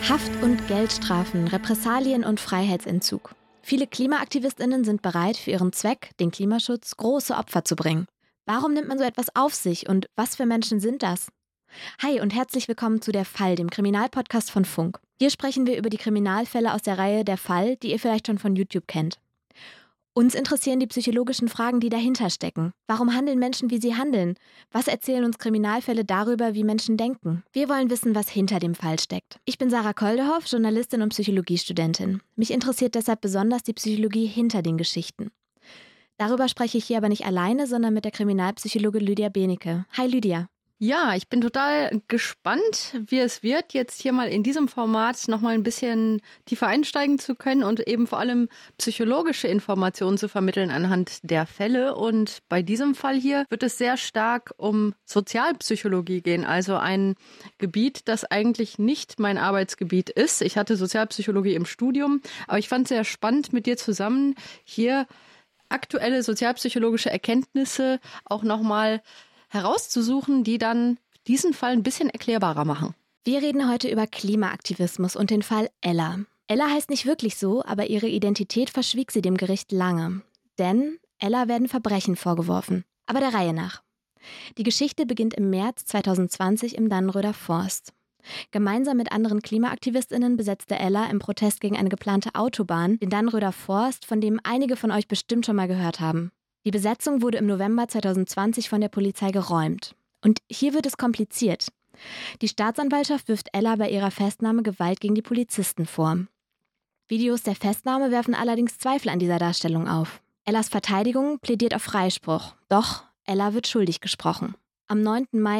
Haft- und Geldstrafen, Repressalien und Freiheitsentzug. Viele KlimaaktivistInnen sind bereit, für ihren Zweck, den Klimaschutz, große Opfer zu bringen. Warum nimmt man so etwas auf sich und was für Menschen sind das? Hi und herzlich willkommen zu Der Fall, dem Kriminalpodcast von Funk. Hier sprechen wir über die Kriminalfälle aus der Reihe Der Fall, die ihr vielleicht schon von YouTube kennt. Uns interessieren die psychologischen Fragen, die dahinter stecken. Warum handeln Menschen, wie sie handeln? Was erzählen uns Kriminalfälle darüber, wie Menschen denken? Wir wollen wissen, was hinter dem Fall steckt. Ich bin Sarah Koldehoff, Journalistin und Psychologiestudentin. Mich interessiert deshalb besonders die Psychologie hinter den Geschichten. Darüber spreche ich hier aber nicht alleine, sondern mit der Kriminalpsychologin Lydia Benecke. Hi Lydia. Ja, ich bin total gespannt, wie es wird, jetzt hier mal in diesem Format noch mal ein bisschen tiefer einsteigen zu können und eben vor allem psychologische Informationen zu vermitteln anhand der Fälle. Und bei diesem Fall hier wird es sehr stark um Sozialpsychologie gehen, also ein Gebiet, das eigentlich nicht mein Arbeitsgebiet ist. Ich hatte Sozialpsychologie im Studium, aber ich fand es sehr spannend, mit dir zusammen hier aktuelle sozialpsychologische Erkenntnisse auch noch mal herauszusuchen, die dann diesen Fall ein bisschen erklärbarer machen. Wir reden heute über Klimaaktivismus und den Fall Ella. Ella heißt nicht wirklich so, aber ihre Identität verschwieg sie dem Gericht lange. Denn Ella werden Verbrechen vorgeworfen. Aber der Reihe nach. Die Geschichte beginnt im März 2020 im Dannenröder Forst. Gemeinsam mit anderen KlimaaktivistInnen besetzte Ella im Protest gegen eine geplante Autobahn den Dannenröder Forst, von dem einige von euch bestimmt schon mal gehört haben. Die Besetzung wurde im November 2020 von der Polizei geräumt. Und hier wird es kompliziert. Die Staatsanwaltschaft wirft Ella bei ihrer Festnahme Gewalt gegen die Polizisten vor. Videos der Festnahme werfen allerdings Zweifel an dieser Darstellung auf. Ellas Verteidigung plädiert auf Freispruch. Doch Ella wird schuldig gesprochen. Am 9. Mai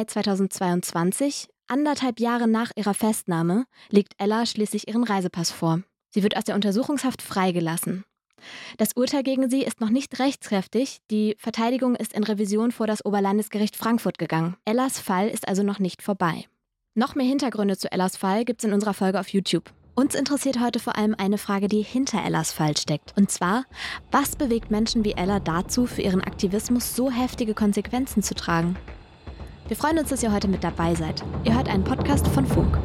2022, 1,5 Jahre nach ihrer Festnahme, legt Ella schließlich ihren Reisepass vor. Sie wird aus der Untersuchungshaft freigelassen. Das Urteil gegen sie ist noch nicht rechtskräftig. Die Verteidigung ist in Revision vor das Oberlandesgericht Frankfurt gegangen. Ellas Fall ist also noch nicht vorbei. Noch mehr Hintergründe zu Ellas Fall gibt's in unserer Folge auf YouTube. Uns interessiert heute vor allem eine Frage, die hinter Ellas Fall steckt. Und zwar, was bewegt Menschen wie Ella dazu, für ihren Aktivismus so heftige Konsequenzen zu tragen? Wir freuen uns, dass ihr heute mit dabei seid. Ihr hört einen Podcast von Funk.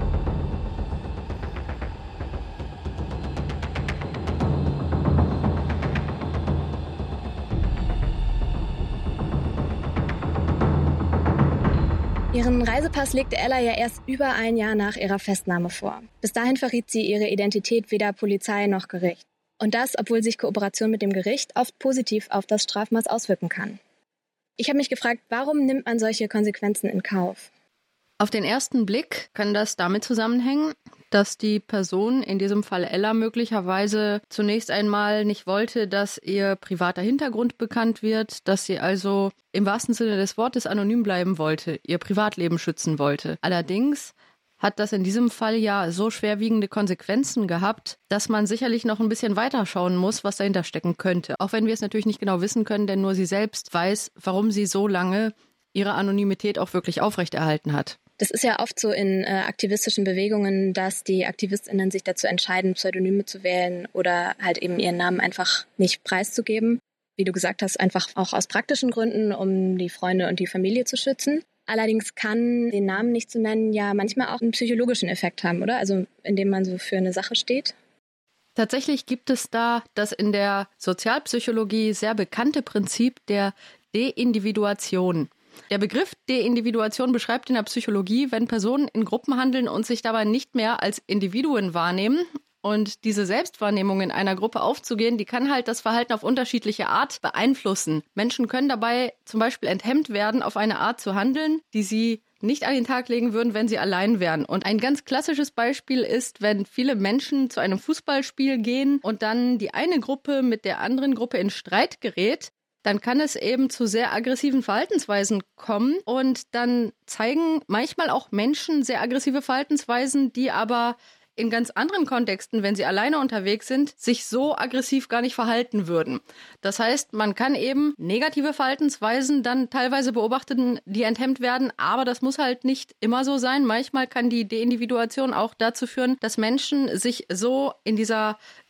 Ihren Reisepass legte Ella ja erst über ein Jahr nach ihrer Festnahme vor. Bis dahin verriet sie ihre Identität weder Polizei noch Gericht. Und das, obwohl sich Kooperation mit dem Gericht oft positiv auf das Strafmaß auswirken kann. Ich habe mich gefragt, warum nimmt man solche Konsequenzen in Kauf? Auf den ersten Blick kann das damit zusammenhängen, dass die Person, in diesem Fall Ella, möglicherweise zunächst einmal nicht wollte, dass ihr privater Hintergrund bekannt wird, dass sie also im wahrsten Sinne des Wortes anonym bleiben wollte, ihr Privatleben schützen wollte. Allerdings hat das in diesem Fall ja so schwerwiegende Konsequenzen gehabt, dass man sicherlich noch ein bisschen weiter schauen muss, was dahinter stecken könnte. Auch wenn wir es natürlich nicht genau wissen können, denn nur sie selbst weiß, warum sie so lange ihre Anonymität auch wirklich aufrechterhalten hat. Das ist ja oft so in aktivistischen Bewegungen, dass die AktivistInnen sich dazu entscheiden, Pseudonyme zu wählen oder halt eben ihren Namen einfach nicht preiszugeben. Wie du gesagt hast, einfach auch aus praktischen Gründen, um die Freunde und die Familie zu schützen. Allerdings kann den Namen nicht zu nennen ja manchmal auch einen psychologischen Effekt haben, oder? Also indem man so für eine Sache steht. Tatsächlich gibt es da das in der Sozialpsychologie sehr bekannte Prinzip der Deindividuation. Der Begriff Deindividuation beschreibt in der Psychologie, wenn Personen in Gruppen handeln und sich dabei nicht mehr als Individuen wahrnehmen. Und diese Selbstwahrnehmung in einer Gruppe aufzugehen, die kann halt das Verhalten auf unterschiedliche Art beeinflussen. Menschen können dabei zum Beispiel enthemmt werden, auf eine Art zu handeln, die sie nicht an den Tag legen würden, wenn sie allein wären. Und ein ganz klassisches Beispiel ist, wenn viele Menschen zu einem Fußballspiel gehen und dann die eine Gruppe mit der anderen Gruppe in Streit gerät, dann kann es eben zu sehr aggressiven Verhaltensweisen kommen und dann zeigen manchmal auch Menschen sehr aggressive Verhaltensweisen, die aber in ganz anderen Kontexten, wenn sie alleine unterwegs sind, sich so aggressiv gar nicht verhalten würden. Das heißt, man kann eben negative Verhaltensweisen dann teilweise beobachten, die enthemmt werden, aber das muss halt nicht immer so sein. Manchmal kann die Deindividuation auch dazu führen, dass Menschen sich so in dieser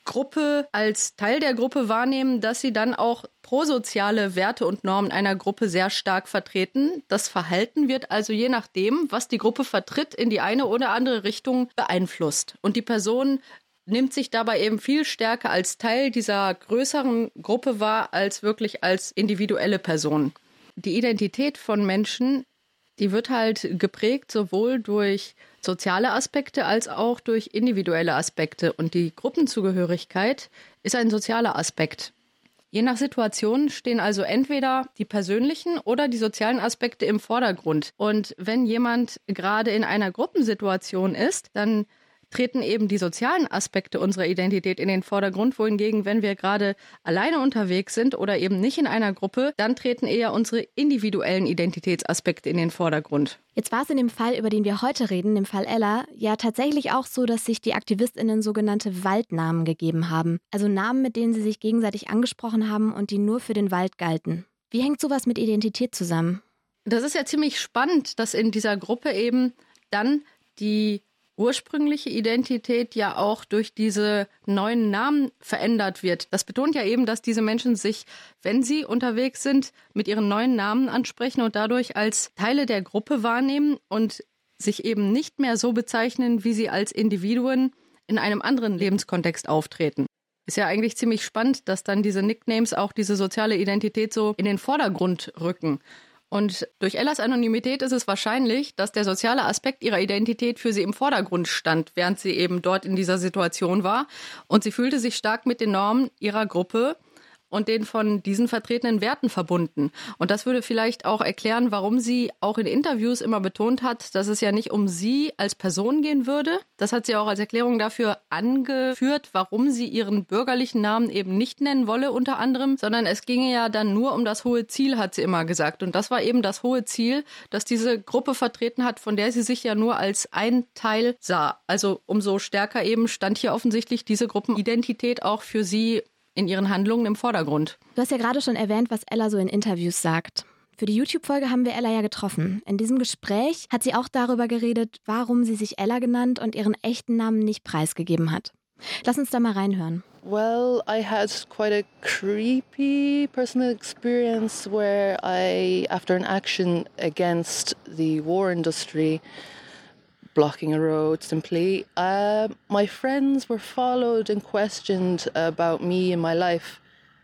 Gruppe als Teil der Gruppe wahrnehmen, dass sie dann auch prosoziale Werte und Normen einer Gruppe sehr stark vertreten. Das Verhalten wird also je nachdem, was die Gruppe vertritt, in die eine oder andere Richtung beeinflusst. Und die Person nimmt sich dabei eben viel stärker als Teil dieser größeren Gruppe wahr, als wirklich als individuelle Person. Die Identität von Menschen, die wird halt geprägt sowohl durch soziale Aspekte als auch durch individuelle Aspekte. Und die Gruppenzugehörigkeit ist ein sozialer Aspekt. Je nach Situation stehen also entweder die persönlichen oder die sozialen Aspekte im Vordergrund. Und wenn jemand gerade in einer Gruppensituation ist, dann treten eben die sozialen Aspekte unserer Identität in den Vordergrund, wohingegen, wenn wir gerade alleine unterwegs sind oder eben nicht in einer Gruppe, dann treten eher unsere individuellen Identitätsaspekte in den Vordergrund. Jetzt war es in dem Fall, über den wir heute reden, dem Fall Ella, ja tatsächlich auch so, dass sich die AktivistInnen sogenannte Waldnamen gegeben haben. Also Namen, mit denen sie sich gegenseitig angesprochen haben und die nur für den Wald galten. Wie hängt sowas mit Identität zusammen? Das ist ja ziemlich spannend, dass in dieser Gruppe eben dann die ursprüngliche Identität ja auch durch diese neuen Namen verändert wird. Das betont ja eben, dass diese Menschen sich, wenn sie unterwegs sind, mit ihren neuen Namen ansprechen und dadurch als Teile der Gruppe wahrnehmen und sich eben nicht mehr so bezeichnen, wie sie als Individuen in einem anderen Lebenskontext auftreten. Ist ja eigentlich ziemlich spannend, dass dann diese Nicknames auch diese soziale Identität so in den Vordergrund rücken. Und durch Ellas Anonymität ist es wahrscheinlich, dass der soziale Aspekt ihrer Identität für sie im Vordergrund stand, während sie eben dort in dieser Situation war. Und sie fühlte sich stark mit den Normen ihrer Gruppe und den von diesen vertretenen Werten verbunden. Und das würde vielleicht auch erklären, warum sie auch in Interviews immer betont hat, dass es ja nicht um sie als Person gehen würde. Das hat sie auch als Erklärung dafür angeführt, warum sie ihren bürgerlichen Namen eben nicht nennen wolle unter anderem, sondern es ginge ja dann nur um das hohe Ziel, hat sie immer gesagt. Und das war eben das hohe Ziel, das diese Gruppe vertreten hat, von der sie sich ja nur als ein Teil sah. Also umso stärker eben stand hier offensichtlich diese Gruppenidentität auch für sie in ihren Handlungen im Vordergrund. Du hast ja gerade schon erwähnt, was Ella so in Interviews sagt. Für die YouTube-Folge haben wir Ella ja getroffen. In diesem Gespräch hat sie auch darüber geredet, warum sie sich Ella genannt und ihren echten Namen nicht preisgegeben hat. Lass uns da mal reinhören. Well, I had quite a creepy personal experience where after an action against the war industry, blocking a road simply, my friends were followed and questioned about me and my life.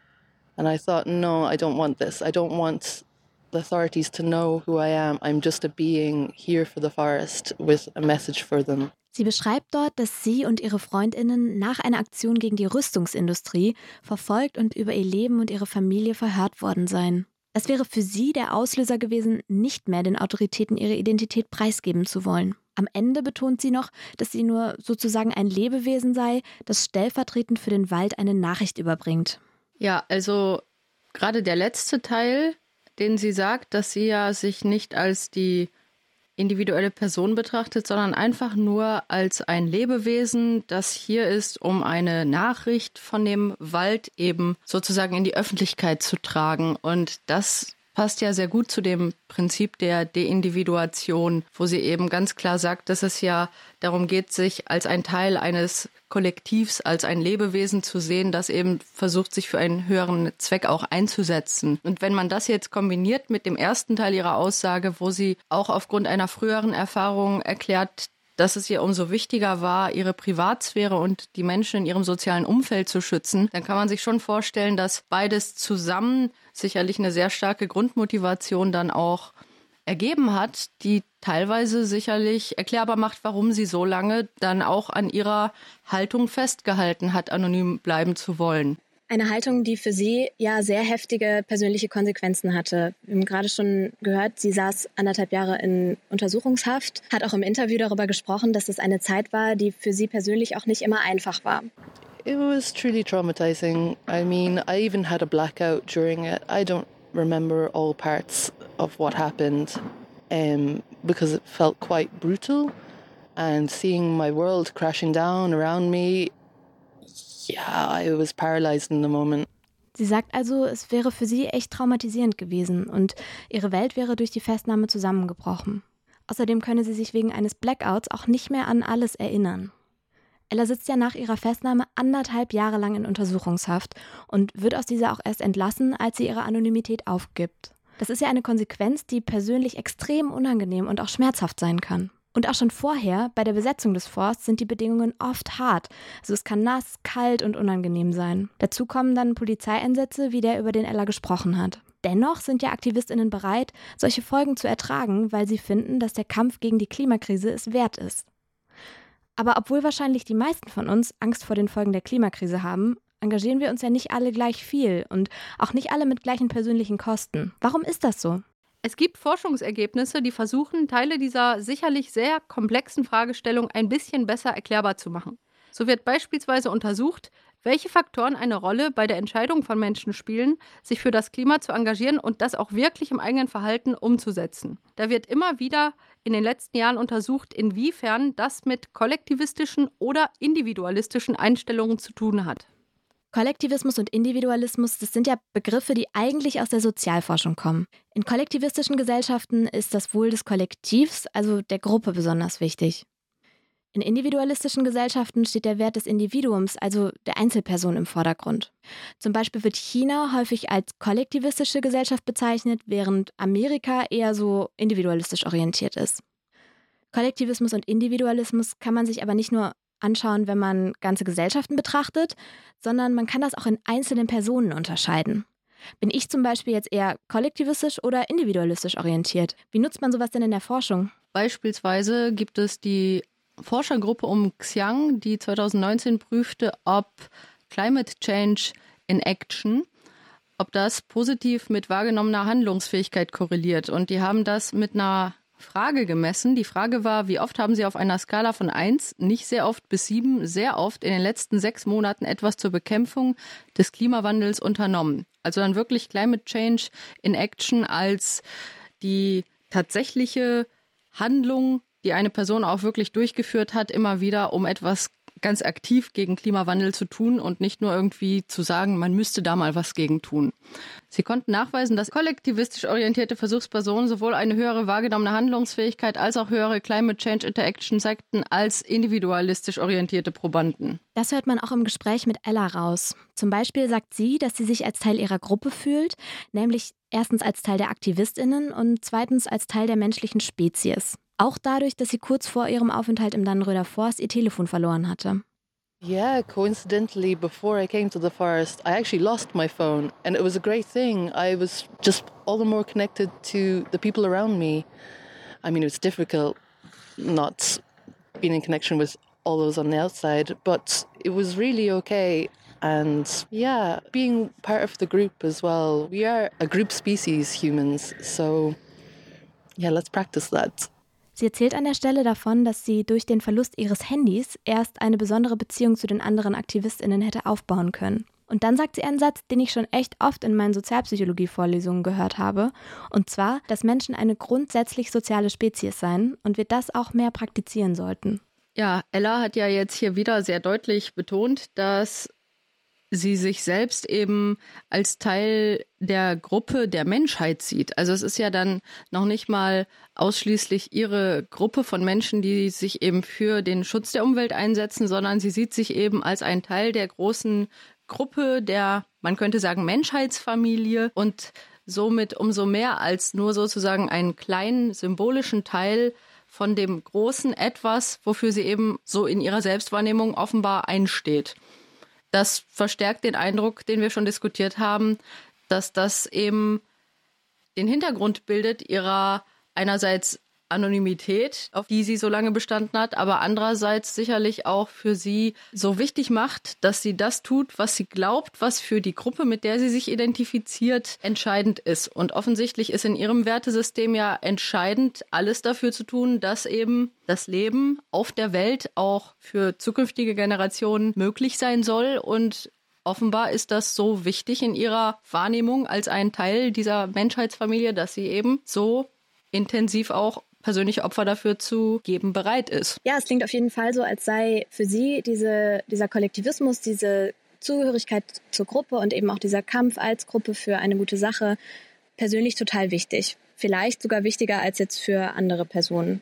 And I thought, no, I don't want this. I don't want the authorities to know who I am. I'm just a being here for the forest with a message for them. Sie beschreibt dort, dass sie und ihre FreundInnen nach einer Aktion gegen die Rüstungsindustrie verfolgt und über ihr Leben und ihre Familie verhört worden seien. Es wäre für sie der Auslöser gewesen, nicht mehr den Autoritäten ihre Identität preisgeben zu wollen. Am Ende betont sie noch, dass sie nur sozusagen ein Lebewesen sei, das stellvertretend für den Wald eine Nachricht überbringt. Ja, also gerade der letzte Teil, den sie sagt, dass sie ja sich nicht als die individuelle Person betrachtet, sondern einfach nur als ein Lebewesen, das hier ist, um eine Nachricht von dem Wald eben sozusagen in die Öffentlichkeit zu tragen. Und das passt ja sehr gut zu dem Prinzip der Deindividuation, wo sie eben ganz klar sagt, dass es ja darum geht, sich als ein Teil eines Kollektivs, als ein Lebewesen zu sehen, das eben versucht, sich für einen höheren Zweck auch einzusetzen. Und wenn man das jetzt kombiniert mit dem ersten Teil ihrer Aussage, wo sie auch aufgrund einer früheren Erfahrung erklärt, dass es ihr umso wichtiger war, ihre Privatsphäre und die Menschen in ihrem sozialen Umfeld zu schützen, dann kann man sich schon vorstellen, dass beides zusammen sicherlich eine sehr starke Grundmotivation dann auch ergeben hat, die teilweise sicherlich erklärbar macht, warum sie so lange dann auch an ihrer Haltung festgehalten hat, anonym bleiben zu wollen. Eine Haltung, die für sie ja sehr heftige persönliche Konsequenzen hatte. Wir haben gerade schon gehört, sie saß 1,5 Jahre in Untersuchungshaft, hat auch im Interview darüber gesprochen, dass es eine Zeit war, die für sie persönlich auch nicht immer einfach war. It was truly traumatizing. I mean, I even had a blackout during it. I don't remember all parts of what happened because it felt quite brutal. And seeing my world crashing down around me, yeah, I was paralyzed in the moment. Sie sagt also, es wäre für sie echt traumatisierend gewesen und ihre Welt wäre durch die Festnahme zusammengebrochen. Außerdem könne sie sich wegen eines Blackouts auch nicht mehr an alles erinnern. Ella sitzt ja nach ihrer Festnahme 1,5 Jahre lang in Untersuchungshaft und wird aus dieser auch erst entlassen, als sie ihre Anonymität aufgibt. Das ist ja eine Konsequenz, die persönlich extrem unangenehm und auch schmerzhaft sein kann. Und auch schon vorher, bei der Besetzung des Forts, sind die Bedingungen oft hart. Also es kann nass, kalt und unangenehm sein. Dazu kommen dann Polizeieinsätze, wie der, über den Ella gesprochen hat. Dennoch sind ja AktivistInnen bereit, solche Folgen zu ertragen, weil sie finden, dass der Kampf gegen die Klimakrise es wert ist. Aber obwohl wahrscheinlich die meisten von uns Angst vor den Folgen der Klimakrise haben, engagieren wir uns ja nicht alle gleich viel und auch nicht alle mit gleichen persönlichen Kosten. Warum ist das so? Es gibt Forschungsergebnisse, die versuchen, Teile dieser sicherlich sehr komplexen Fragestellung ein bisschen besser erklärbar zu machen. So wird beispielsweise untersucht, welche Faktoren eine Rolle bei der Entscheidung von Menschen spielen, sich für das Klima zu engagieren und das auch wirklich im eigenen Verhalten umzusetzen. Da wird immer wieder in den letzten Jahren untersucht, inwiefern das mit kollektivistischen oder individualistischen Einstellungen zu tun hat. Kollektivismus und Individualismus, das sind ja Begriffe, die eigentlich aus der Sozialforschung kommen. In kollektivistischen Gesellschaften ist das Wohl des Kollektivs, also der Gruppe, besonders wichtig. In individualistischen Gesellschaften steht der Wert des Individuums, also der Einzelperson, im Vordergrund. Zum Beispiel wird China häufig als kollektivistische Gesellschaft bezeichnet, während Amerika eher so individualistisch orientiert ist. Kollektivismus und Individualismus kann man sich aber nicht nur anschauen, wenn man ganze Gesellschaften betrachtet, sondern man kann das auch in einzelnen Personen unterscheiden. Bin ich zum Beispiel jetzt eher kollektivistisch oder individualistisch orientiert? Wie nutzt man sowas denn in der Forschung? Beispielsweise gibt es die Forschergruppe um Xiang, die 2019 prüfte, ob Climate Change in Action, ob das positiv mit wahrgenommener Handlungsfähigkeit korreliert. Und die haben das mit einer Frage gemessen. Die Frage war, wie oft haben Sie auf einer Skala von 1, nicht sehr oft, bis 7, sehr oft in den letzten 6 Monaten etwas zur Bekämpfung des Klimawandels unternommen? Also dann wirklich Climate Change in Action als die tatsächliche Handlung, die eine Person auch wirklich durchgeführt hat, immer wieder, um etwas ganz aktiv gegen Klimawandel zu tun und nicht nur irgendwie zu sagen, man müsste da mal was gegen tun. Sie konnten nachweisen, dass kollektivistisch orientierte Versuchspersonen sowohl eine höhere wahrgenommene Handlungsfähigkeit als auch höhere Climate Change Interaction zeigten als individualistisch orientierte Probanden. Das hört man auch im Gespräch mit Ella raus. Zum Beispiel sagt sie, dass sie sich als Teil ihrer Gruppe fühlt, nämlich erstens als Teil der AktivistInnen und zweitens als Teil der menschlichen Spezies. Auch dadurch, dass sie kurz vor ihrem Aufenthalt im Dannenröder Forst ihr Telefon verloren hatte. Yeah, coincidentally, before I came to the forest, I actually lost my phone. And it was a great thing. I was just all the more connected to the people around me. I mean, it was difficult not being in connection with all those on the outside, but it was really okay. And yeah, being part of the group as well. We are a group species, humans. So yeah, let's practice that. Sie erzählt an der Stelle davon, dass sie durch den Verlust ihres Handys erst eine besondere Beziehung zu den anderen AktivistInnen hätte aufbauen können. Und dann sagt sie einen Satz, den ich schon echt oft in meinen Sozialpsychologie-Vorlesungen gehört habe. Und zwar, dass Menschen eine grundsätzlich soziale Spezies seien und wir das auch mehr praktizieren sollten. Ja, Ella hat ja jetzt hier wieder sehr deutlich betont, dass sie sich selbst eben als Teil der Gruppe der Menschheit sieht. Also es ist ja dann noch nicht mal ausschließlich ihre Gruppe von Menschen, die sich eben für den Schutz der Umwelt einsetzen, sondern sie sieht sich eben als ein Teil der großen Gruppe der, man könnte sagen, Menschheitsfamilie und somit umso mehr als nur sozusagen einen kleinen symbolischen Teil von dem großen Etwas, wofür sie eben so in ihrer Selbstwahrnehmung offenbar einsteht. Das verstärkt den Eindruck, den wir schon diskutiert haben, dass das eben den Hintergrund bildet ihrer einerseits Anonymität, auf die sie so lange bestanden hat, aber andererseits sicherlich auch für sie so wichtig macht, dass sie das tut, was sie glaubt, was für die Gruppe, mit der sie sich identifiziert, entscheidend ist. Und offensichtlich ist in ihrem Wertesystem ja entscheidend, alles dafür zu tun, dass eben das Leben auf der Welt auch für zukünftige Generationen möglich sein soll. Und offenbar ist das so wichtig in ihrer Wahrnehmung als ein Teil dieser Menschheitsfamilie, dass sie eben so intensiv auch persönliche Opfer dafür zu geben bereit ist. Ja, es klingt auf jeden Fall so, als sei für sie dieser Kollektivismus, diese Zugehörigkeit zur Gruppe und eben auch dieser Kampf als Gruppe für eine gute Sache persönlich total wichtig. Vielleicht sogar wichtiger als jetzt für andere Personen.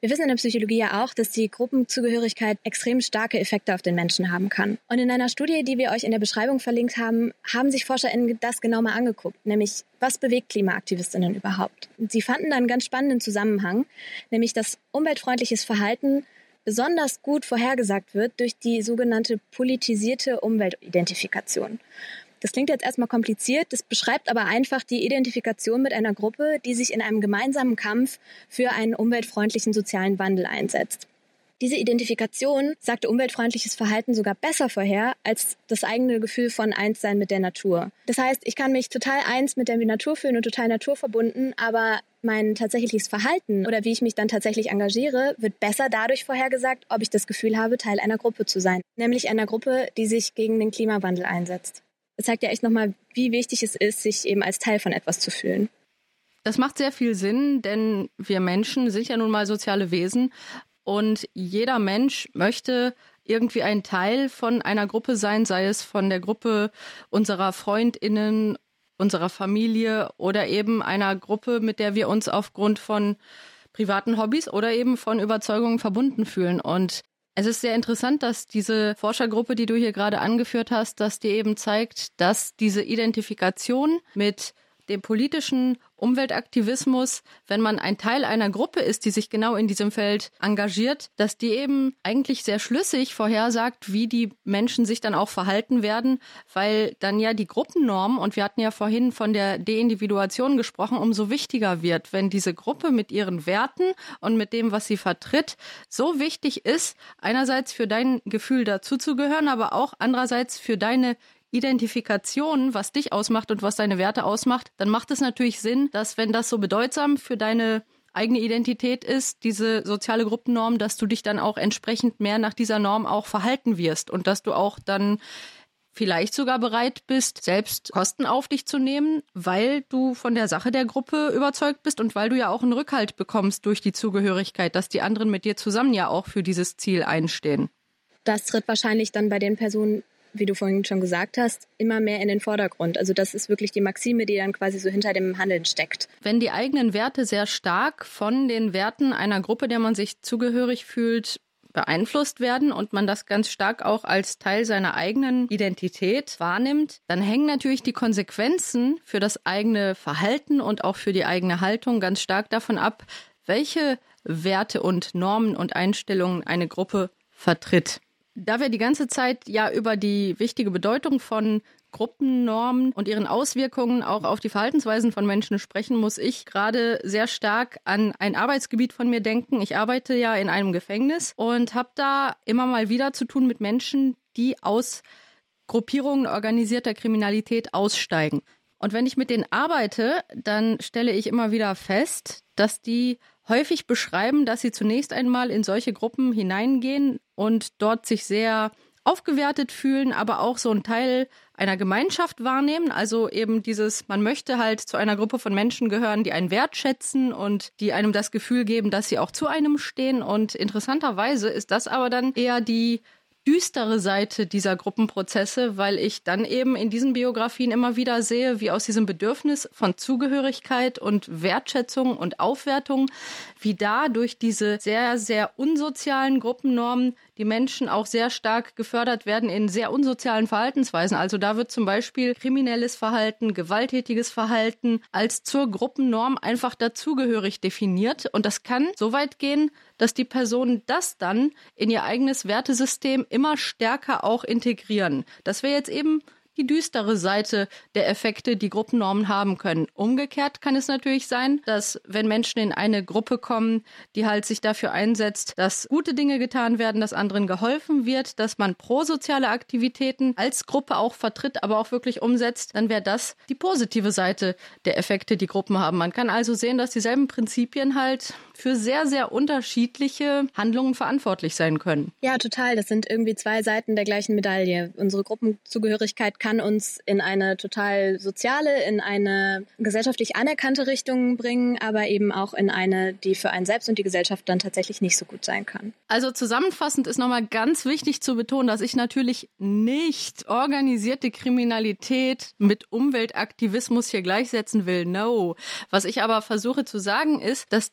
Wir wissen in der Psychologie ja auch, dass die Gruppenzugehörigkeit extrem starke Effekte auf den Menschen haben kann. Und in einer Studie, die wir euch in der Beschreibung verlinkt haben, haben sich ForscherInnen das genau mal angeguckt, nämlich was bewegt KlimaaktivistInnen überhaupt? Und sie fanden da einen ganz spannenden Zusammenhang, nämlich dass umweltfreundliches Verhalten besonders gut vorhergesagt wird durch die sogenannte politisierte Umweltidentifikation. Das klingt jetzt erstmal kompliziert, das beschreibt aber einfach die Identifikation mit einer Gruppe, die sich in einem gemeinsamen Kampf für einen umweltfreundlichen sozialen Wandel einsetzt. Diese Identifikation sagte umweltfreundliches Verhalten sogar besser vorher als das eigene Gefühl von Einssein mit der Natur. Das heißt, ich kann mich total eins mit der Natur fühlen und total naturverbunden, aber mein tatsächliches Verhalten oder wie ich mich dann tatsächlich engagiere, wird besser dadurch vorhergesagt, ob ich das Gefühl habe, Teil einer Gruppe zu sein. Nämlich einer Gruppe, die sich gegen den Klimawandel einsetzt. Das zeigt ja echt nochmal, wie wichtig es ist, sich eben als Teil von etwas zu fühlen. Das macht sehr viel Sinn, denn wir Menschen sind ja nun mal soziale Wesen und jeder Mensch möchte irgendwie ein Teil von einer Gruppe sein, sei es von der Gruppe unserer FreundInnen, unserer Familie oder eben einer Gruppe, mit der wir uns aufgrund von privaten Hobbys oder eben von Überzeugungen verbunden fühlen. Und es ist sehr interessant, dass diese Forschergruppe, die du hier gerade angeführt hast, dass die eben zeigt, dass diese Identifikation mit dem politischen Umweltaktivismus, wenn man ein Teil einer Gruppe ist, die sich genau in diesem Feld engagiert, dass die eben eigentlich sehr schlüssig vorhersagt, wie die Menschen sich dann auch verhalten werden, weil dann ja die Gruppennorm, und wir hatten ja vorhin von der Deindividuation gesprochen, umso wichtiger wird, wenn diese Gruppe mit ihren Werten und mit dem, was sie vertritt, so wichtig ist, einerseits für dein Gefühl dazuzugehören, aber auch andererseits für deine Identifikation, was dich ausmacht und was deine Werte ausmacht, dann macht es natürlich Sinn, dass wenn das so bedeutsam für deine eigene Identität ist, diese soziale Gruppennorm, dass du dich dann auch entsprechend mehr nach dieser Norm auch verhalten wirst und dass du auch dann vielleicht sogar bereit bist, selbst Kosten auf dich zu nehmen, weil du von der Sache der Gruppe überzeugt bist und weil du ja auch einen Rückhalt bekommst durch die Zugehörigkeit, dass die anderen mit dir zusammen ja auch für dieses Ziel einstehen. Das tritt wahrscheinlich dann bei den Personen, wie du vorhin schon gesagt hast, immer mehr in den Vordergrund. Also das ist wirklich die Maxime, die dann quasi so hinter dem Handeln steckt. Wenn die eigenen Werte sehr stark von den Werten einer Gruppe, der man sich zugehörig fühlt, beeinflusst werden und man das ganz stark auch als Teil seiner eigenen Identität wahrnimmt, dann hängen natürlich die Konsequenzen für das eigene Verhalten und auch für die eigene Haltung ganz stark davon ab, welche Werte und Normen und Einstellungen eine Gruppe vertritt. Da wir die ganze Zeit ja über die wichtige Bedeutung von Gruppennormen und ihren Auswirkungen auch auf die Verhaltensweisen von Menschen sprechen, muss ich gerade sehr stark an ein Arbeitsgebiet von mir denken. Ich arbeite ja in einem Gefängnis und habe da immer mal wieder zu tun mit Menschen, die aus Gruppierungen organisierter Kriminalität aussteigen. Und wenn ich mit denen arbeite, dann stelle ich immer wieder fest, dass die häufig beschreiben, dass sie zunächst einmal in solche Gruppen hineingehen und dort sich sehr aufgewertet fühlen, aber auch so einen Teil einer Gemeinschaft wahrnehmen. Also eben dieses, man möchte halt zu einer Gruppe von Menschen gehören, die einen wertschätzen und die einem das Gefühl geben, dass sie auch zu einem stehen. Und interessanterweise ist das aber dann eher die düstere Seite dieser Gruppenprozesse, weil ich dann eben in diesen Biografien immer wieder sehe, wie aus diesem Bedürfnis von Zugehörigkeit und Wertschätzung und Aufwertung, wie da durch diese sehr, sehr unsozialen Gruppennormen die Menschen auch sehr stark gefördert werden in sehr unsozialen Verhaltensweisen. Also da wird zum Beispiel kriminelles Verhalten, gewalttätiges Verhalten als zur Gruppennorm einfach dazugehörig definiert. Und das kann so weit gehen, dass die Personen das dann in ihr eigenes Wertesystem immer stärker auch integrieren. Das wäre jetzt eben die düstere Seite der Effekte, die Gruppennormen haben können. Umgekehrt kann es natürlich sein, dass wenn Menschen in eine Gruppe kommen, die halt sich dafür einsetzt, dass gute Dinge getan werden, dass anderen geholfen wird, dass man prosoziale Aktivitäten als Gruppe auch vertritt, aber auch wirklich umsetzt, dann wäre das die positive Seite der Effekte, die Gruppen haben. Man kann also sehen, dass dieselben Prinzipien halt für sehr, sehr unterschiedliche Handlungen verantwortlich sein können. Ja, total. Das sind irgendwie zwei Seiten der gleichen Medaille. Unsere Gruppenzugehörigkeit kann uns in eine total soziale, in eine gesellschaftlich anerkannte Richtung bringen, aber eben auch in eine, die für einen selbst und die Gesellschaft dann tatsächlich nicht so gut sein kann. Also zusammenfassend ist nochmal ganz wichtig zu betonen, dass ich natürlich nicht organisierte Kriminalität mit Umweltaktivismus hier gleichsetzen will. No. Was ich aber versuche zu sagen ist, dass die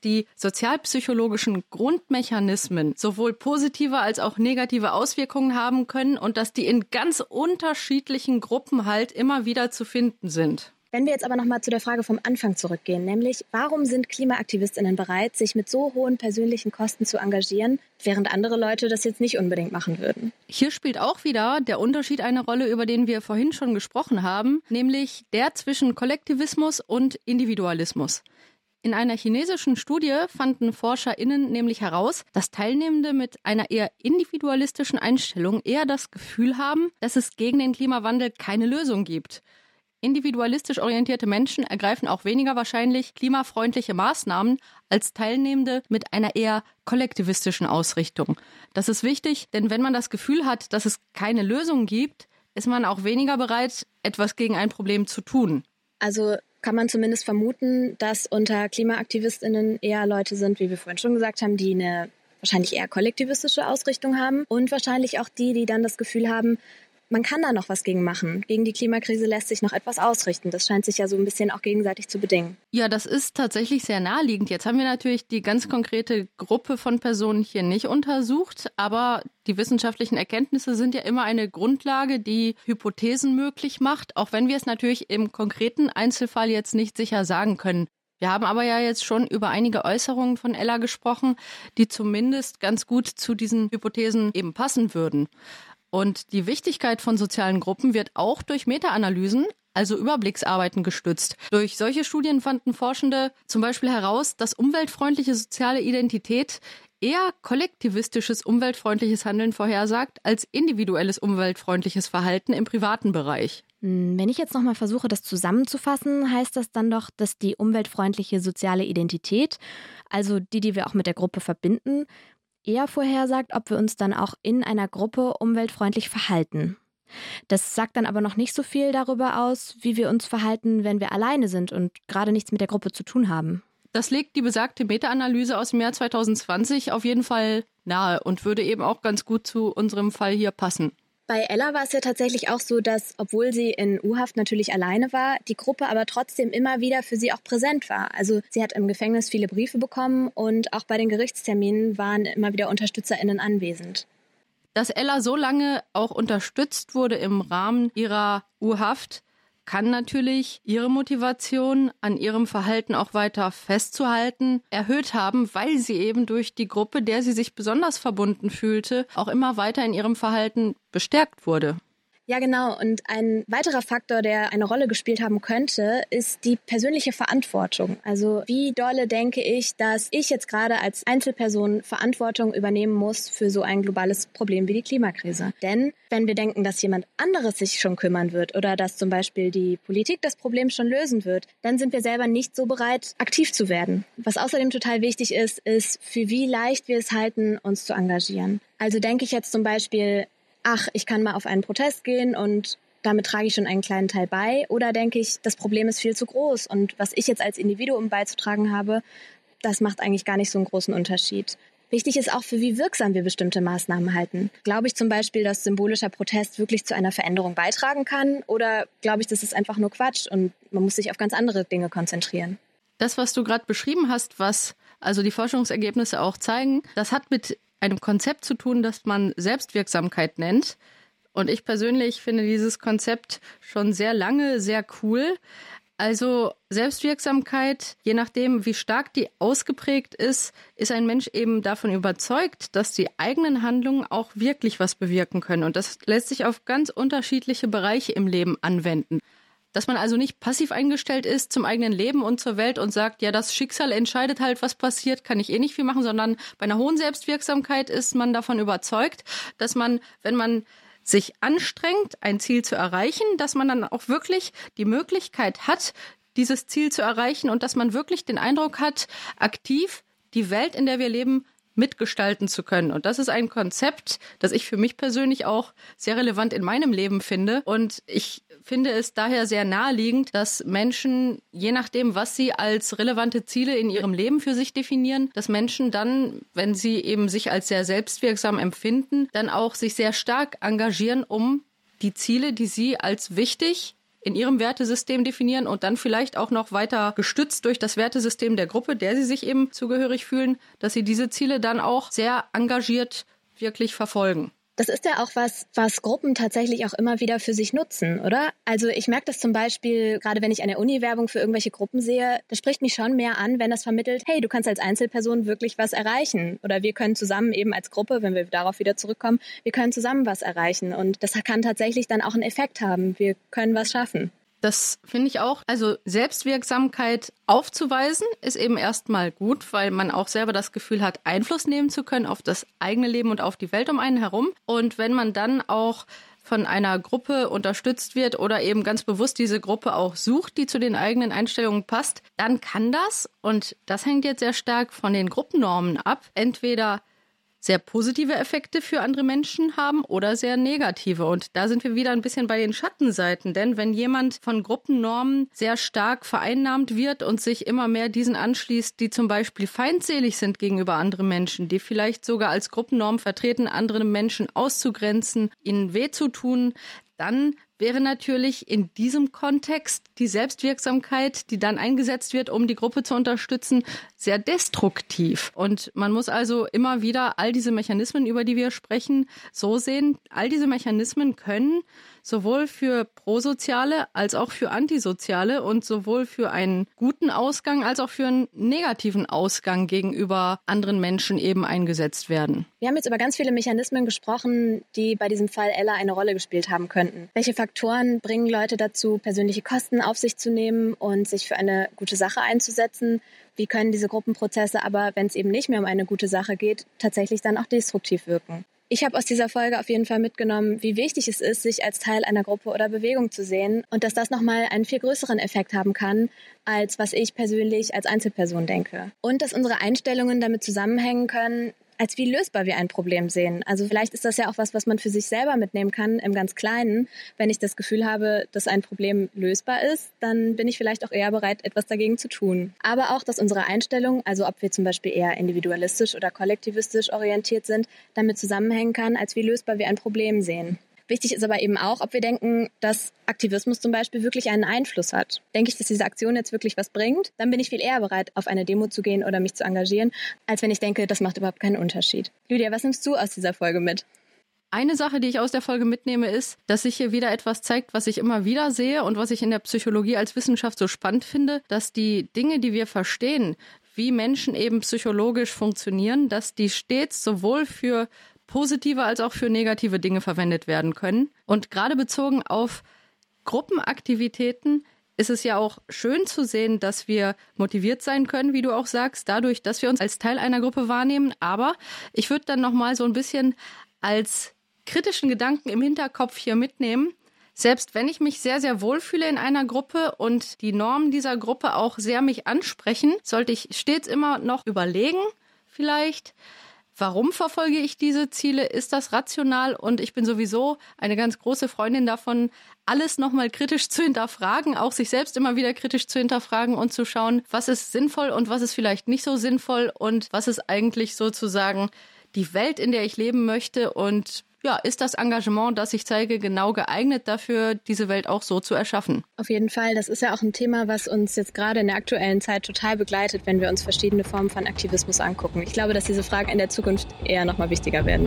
sozialpsychologischen Grundmechanismen sowohl positive als auch negative Auswirkungen haben können und dass die in ganz unterschiedlichen Gruppen halt immer wieder zu finden sind. Wenn wir jetzt aber nochmal zu der Frage vom Anfang zurückgehen, nämlich warum sind KlimaaktivistInnen bereit, sich mit so hohen persönlichen Kosten zu engagieren, während andere Leute das jetzt nicht unbedingt machen würden? Hier spielt auch wieder der Unterschied eine Rolle, über den wir vorhin schon gesprochen haben, nämlich der zwischen Kollektivismus und Individualismus. In einer chinesischen Studie fanden ForscherInnen nämlich heraus, dass Teilnehmende mit einer eher individualistischen Einstellung eher das Gefühl haben, dass es gegen den Klimawandel keine Lösung gibt. Individualistisch orientierte Menschen ergreifen auch weniger wahrscheinlich klimafreundliche Maßnahmen als Teilnehmende mit einer eher kollektivistischen Ausrichtung. Das ist wichtig, denn wenn man das Gefühl hat, dass es keine Lösung gibt, ist man auch weniger bereit, etwas gegen ein Problem zu tun. Also kann man zumindest vermuten, dass unter KlimaaktivistInnen eher Leute sind, wie wir vorhin schon gesagt haben, die eine wahrscheinlich eher kollektivistische Ausrichtung haben und wahrscheinlich auch die dann das Gefühl haben, man kann da noch was gegen machen. Gegen die Klimakrise lässt sich noch etwas ausrichten. Das scheint sich ja so ein bisschen auch gegenseitig zu bedingen. Ja, das ist tatsächlich sehr naheliegend. Jetzt haben wir natürlich die ganz konkrete Gruppe von Personen hier nicht untersucht, aber die wissenschaftlichen Erkenntnisse sind ja immer eine Grundlage, die Hypothesen möglich macht, auch wenn wir es natürlich im konkreten Einzelfall jetzt nicht sicher sagen können. Wir haben aber ja jetzt schon über einige Äußerungen von Ella gesprochen, die zumindest ganz gut zu diesen Hypothesen eben passen würden. Und die Wichtigkeit von sozialen Gruppen wird auch durch Meta-Analysen, also Überblicksarbeiten, gestützt. Durch solche Studien fanden Forschende zum Beispiel heraus, dass umweltfreundliche soziale Identität eher kollektivistisches umweltfreundliches Handeln vorhersagt als individuelles umweltfreundliches Verhalten im privaten Bereich. Wenn ich jetzt nochmal versuche, das zusammenzufassen, heißt das dann doch, dass die umweltfreundliche soziale Identität, also die wir auch mit der Gruppe verbinden, eher vorhersagt, ob wir uns dann auch in einer Gruppe umweltfreundlich verhalten. Das sagt dann aber noch nicht so viel darüber aus, wie wir uns verhalten, wenn wir alleine sind und gerade nichts mit der Gruppe zu tun haben. Das legt die besagte Meta-Analyse aus dem Jahr 2020 auf jeden Fall nahe und würde eben auch ganz gut zu unserem Fall hier passen. Bei Ella war es ja tatsächlich auch so, dass, obwohl sie in U-Haft natürlich alleine war, die Gruppe aber trotzdem immer wieder für sie auch präsent war. Also sie hat im Gefängnis viele Briefe bekommen und auch bei den Gerichtsterminen waren immer wieder UnterstützerInnen anwesend. Dass Ella so lange auch unterstützt wurde im Rahmen ihrer U-Haft, kann natürlich ihre Motivation, an ihrem Verhalten auch weiter festzuhalten, erhöht haben, weil sie eben durch die Gruppe, der sie sich besonders verbunden fühlte, auch immer weiter in ihrem Verhalten bestärkt wurde. Ja, genau. Und ein weiterer Faktor, der eine Rolle gespielt haben könnte, ist die persönliche Verantwortung. Also wie dolle denke ich, dass ich jetzt gerade als Einzelperson Verantwortung übernehmen muss für so ein globales Problem wie die Klimakrise. Denn wenn wir denken, dass jemand anderes sich schon kümmern wird oder dass zum Beispiel die Politik das Problem schon lösen wird, dann sind wir selber nicht so bereit, aktiv zu werden. Was außerdem total wichtig ist, für wie leicht wir es halten, uns zu engagieren. Also denke ich jetzt zum Beispiel, ich kann mal auf einen Protest gehen und damit trage ich schon einen kleinen Teil bei. Oder denke ich, das Problem ist viel zu groß und was ich jetzt als Individuum beizutragen habe, das macht eigentlich gar nicht so einen großen Unterschied. Wichtig ist auch, für wie wirksam wir bestimmte Maßnahmen halten. Glaube ich zum Beispiel, dass symbolischer Protest wirklich zu einer Veränderung beitragen kann? Oder glaube ich, das ist einfach nur Quatsch und man muss sich auf ganz andere Dinge konzentrieren? Das, was du gerade beschrieben hast, was also die Forschungsergebnisse auch zeigen, das hat mit einem Konzept zu tun, das man Selbstwirksamkeit nennt. Und ich persönlich finde dieses Konzept schon sehr lange sehr cool. Also Selbstwirksamkeit, je nachdem, wie stark die ausgeprägt ist ein Mensch eben davon überzeugt, dass die eigenen Handlungen auch wirklich was bewirken können. Und das lässt sich auf ganz unterschiedliche Bereiche im Leben anwenden. Dass man also nicht passiv eingestellt ist zum eigenen Leben und zur Welt und sagt, ja, das Schicksal entscheidet halt, was passiert, kann ich eh nicht viel machen, sondern bei einer hohen Selbstwirksamkeit ist man davon überzeugt, dass man, wenn man sich anstrengt, ein Ziel zu erreichen, dass man dann auch wirklich die Möglichkeit hat, dieses Ziel zu erreichen und dass man wirklich den Eindruck hat, aktiv die Welt, in der wir leben, mitgestalten zu können. Und das ist ein Konzept, das ich für mich persönlich auch sehr relevant in meinem Leben finde. Und ich finde es daher sehr naheliegend, dass Menschen, je nachdem, was sie als relevante Ziele in ihrem Leben für sich definieren, dass Menschen dann, wenn sie eben sich als sehr selbstwirksam empfinden, dann auch sich sehr stark engagieren, um die Ziele, die sie als wichtig in ihrem Wertesystem definieren und dann vielleicht auch noch weiter gestützt durch das Wertesystem der Gruppe, der sie sich eben zugehörig fühlen, dass sie diese Ziele dann auch sehr engagiert wirklich verfolgen. Das ist ja auch was Gruppen tatsächlich auch immer wieder für sich nutzen, oder? Also ich merke das zum Beispiel, gerade wenn ich eine Uni-Werbung für irgendwelche Gruppen sehe, das spricht mich schon mehr an, wenn das vermittelt, hey, du kannst als Einzelperson wirklich was erreichen. Oder wir können zusammen eben als Gruppe, wenn wir darauf wieder zurückkommen, wir können zusammen was erreichen. Und das kann tatsächlich dann auch einen Effekt haben. Wir können was schaffen. Das finde ich auch. Also Selbstwirksamkeit aufzuweisen ist eben erstmal gut, weil man auch selber das Gefühl hat, Einfluss nehmen zu können auf das eigene Leben und auf die Welt um einen herum. Und wenn man dann auch von einer Gruppe unterstützt wird oder eben ganz bewusst diese Gruppe auch sucht, die zu den eigenen Einstellungen passt, dann kann das, und das hängt jetzt sehr stark von den Gruppennormen ab, entweder sehr positive Effekte für andere Menschen haben oder sehr negative. Und da sind wir wieder ein bisschen bei den Schattenseiten. Denn wenn jemand von Gruppennormen sehr stark vereinnahmt wird und sich immer mehr diesen anschließt, die zum Beispiel feindselig sind gegenüber anderen Menschen, die vielleicht sogar als Gruppennorm vertreten, andere Menschen auszugrenzen, ihnen weh zu tun, dann wäre natürlich in diesem Kontext die Selbstwirksamkeit, die dann eingesetzt wird, um die Gruppe zu unterstützen, sehr destruktiv. Und man muss also immer wieder all diese Mechanismen, über die wir sprechen, so sehen. All diese Mechanismen können sowohl für Prosoziale als auch für Antisoziale und sowohl für einen guten Ausgang als auch für einen negativen Ausgang gegenüber anderen Menschen eben eingesetzt werden. Wir haben jetzt über ganz viele Mechanismen gesprochen, die bei diesem Fall Ella eine Rolle gespielt haben könnten. Welche Faktoren bringen Leute dazu, persönliche Kosten auf sich zu nehmen und sich für eine gute Sache einzusetzen? Wie können diese Gruppenprozesse aber, wenn es eben nicht mehr um eine gute Sache geht, tatsächlich dann auch destruktiv wirken? Ich habe aus dieser Folge auf jeden Fall mitgenommen, wie wichtig es ist, sich als Teil einer Gruppe oder Bewegung zu sehen und dass das nochmal einen viel größeren Effekt haben kann, als was ich persönlich als Einzelperson denke. Und dass unsere Einstellungen damit zusammenhängen können, als wie lösbar wir ein Problem sehen. Also vielleicht ist das ja auch was man für sich selber mitnehmen kann, im ganz Kleinen. Wenn ich das Gefühl habe, dass ein Problem lösbar ist, dann bin ich vielleicht auch eher bereit, etwas dagegen zu tun. Aber auch, dass unsere Einstellung, also ob wir zum Beispiel eher individualistisch oder kollektivistisch orientiert sind, damit zusammenhängen kann, als wie lösbar wir ein Problem sehen. Wichtig ist aber eben auch, ob wir denken, dass Aktivismus zum Beispiel wirklich einen Einfluss hat. Denke ich, dass diese Aktion jetzt wirklich was bringt, dann bin ich viel eher bereit, auf eine Demo zu gehen oder mich zu engagieren, als wenn ich denke, das macht überhaupt keinen Unterschied. Lydia, was nimmst du aus dieser Folge mit? Eine Sache, die ich aus der Folge mitnehme, ist, dass sich hier wieder etwas zeigt, was ich immer wieder sehe und was ich in der Psychologie als Wissenschaft so spannend finde, dass die Dinge, die wir verstehen, wie Menschen eben psychologisch funktionieren, dass die stets sowohl für positive als auch für negative Dinge verwendet werden können. Und gerade bezogen auf Gruppenaktivitäten ist es ja auch schön zu sehen, dass wir motiviert sein können, wie du auch sagst, dadurch, dass wir uns als Teil einer Gruppe wahrnehmen. Aber ich würde dann nochmal so ein bisschen als kritischen Gedanken im Hinterkopf hier mitnehmen. Selbst wenn ich mich sehr, sehr wohlfühle in einer Gruppe und die Normen dieser Gruppe auch sehr mich ansprechen, sollte ich stets immer noch überlegen, vielleicht, warum verfolge ich diese Ziele? Ist das rational? Und ich bin sowieso eine ganz große Freundin davon, alles nochmal kritisch zu hinterfragen, auch sich selbst immer wieder kritisch zu hinterfragen und zu schauen, was ist sinnvoll und was ist vielleicht nicht so sinnvoll und was ist eigentlich sozusagen die Welt, in der ich leben möchte und ja, ist das Engagement, das ich zeige, genau geeignet dafür, diese Welt auch so zu erschaffen? Auf jeden Fall. Das ist ja auch ein Thema, was uns jetzt gerade in der aktuellen Zeit total begleitet, wenn wir uns verschiedene Formen von Aktivismus angucken. Ich glaube, dass diese Fragen in der Zukunft eher noch mal wichtiger werden.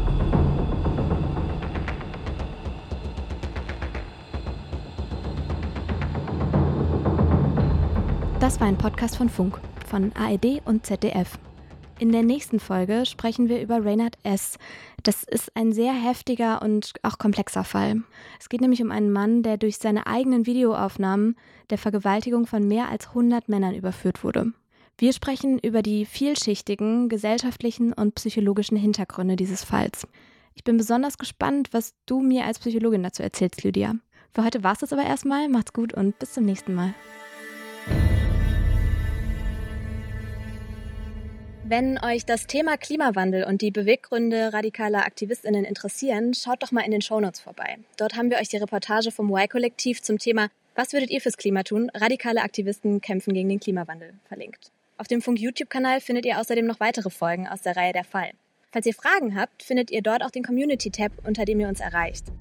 Das war ein Podcast von Funk, von ARD und ZDF. In der nächsten Folge sprechen wir über Raynard S. Das ist ein sehr heftiger und auch komplexer Fall. Es geht nämlich um einen Mann, der durch seine eigenen Videoaufnahmen der Vergewaltigung von mehr als 100 Männern überführt wurde. Wir sprechen über die vielschichtigen gesellschaftlichen und psychologischen Hintergründe dieses Falls. Ich bin besonders gespannt, was du mir als Psychologin dazu erzählst, Lydia. Für heute war es das aber erstmal. Macht's gut und bis zum nächsten Mal. Wenn euch das Thema Klimawandel und die Beweggründe radikaler AktivistInnen interessieren, schaut doch mal in den Shownotes vorbei. Dort haben wir euch die Reportage vom Y-Kollektiv zum Thema "Was würdet ihr fürs Klima tun? Radikale Aktivisten kämpfen gegen den Klimawandel" verlinkt. Auf dem Funk-YouTube-Kanal findet ihr außerdem noch weitere Folgen aus der Reihe Der Fall. Falls ihr Fragen habt, findet ihr dort auch den Community-Tab, unter dem ihr uns erreicht.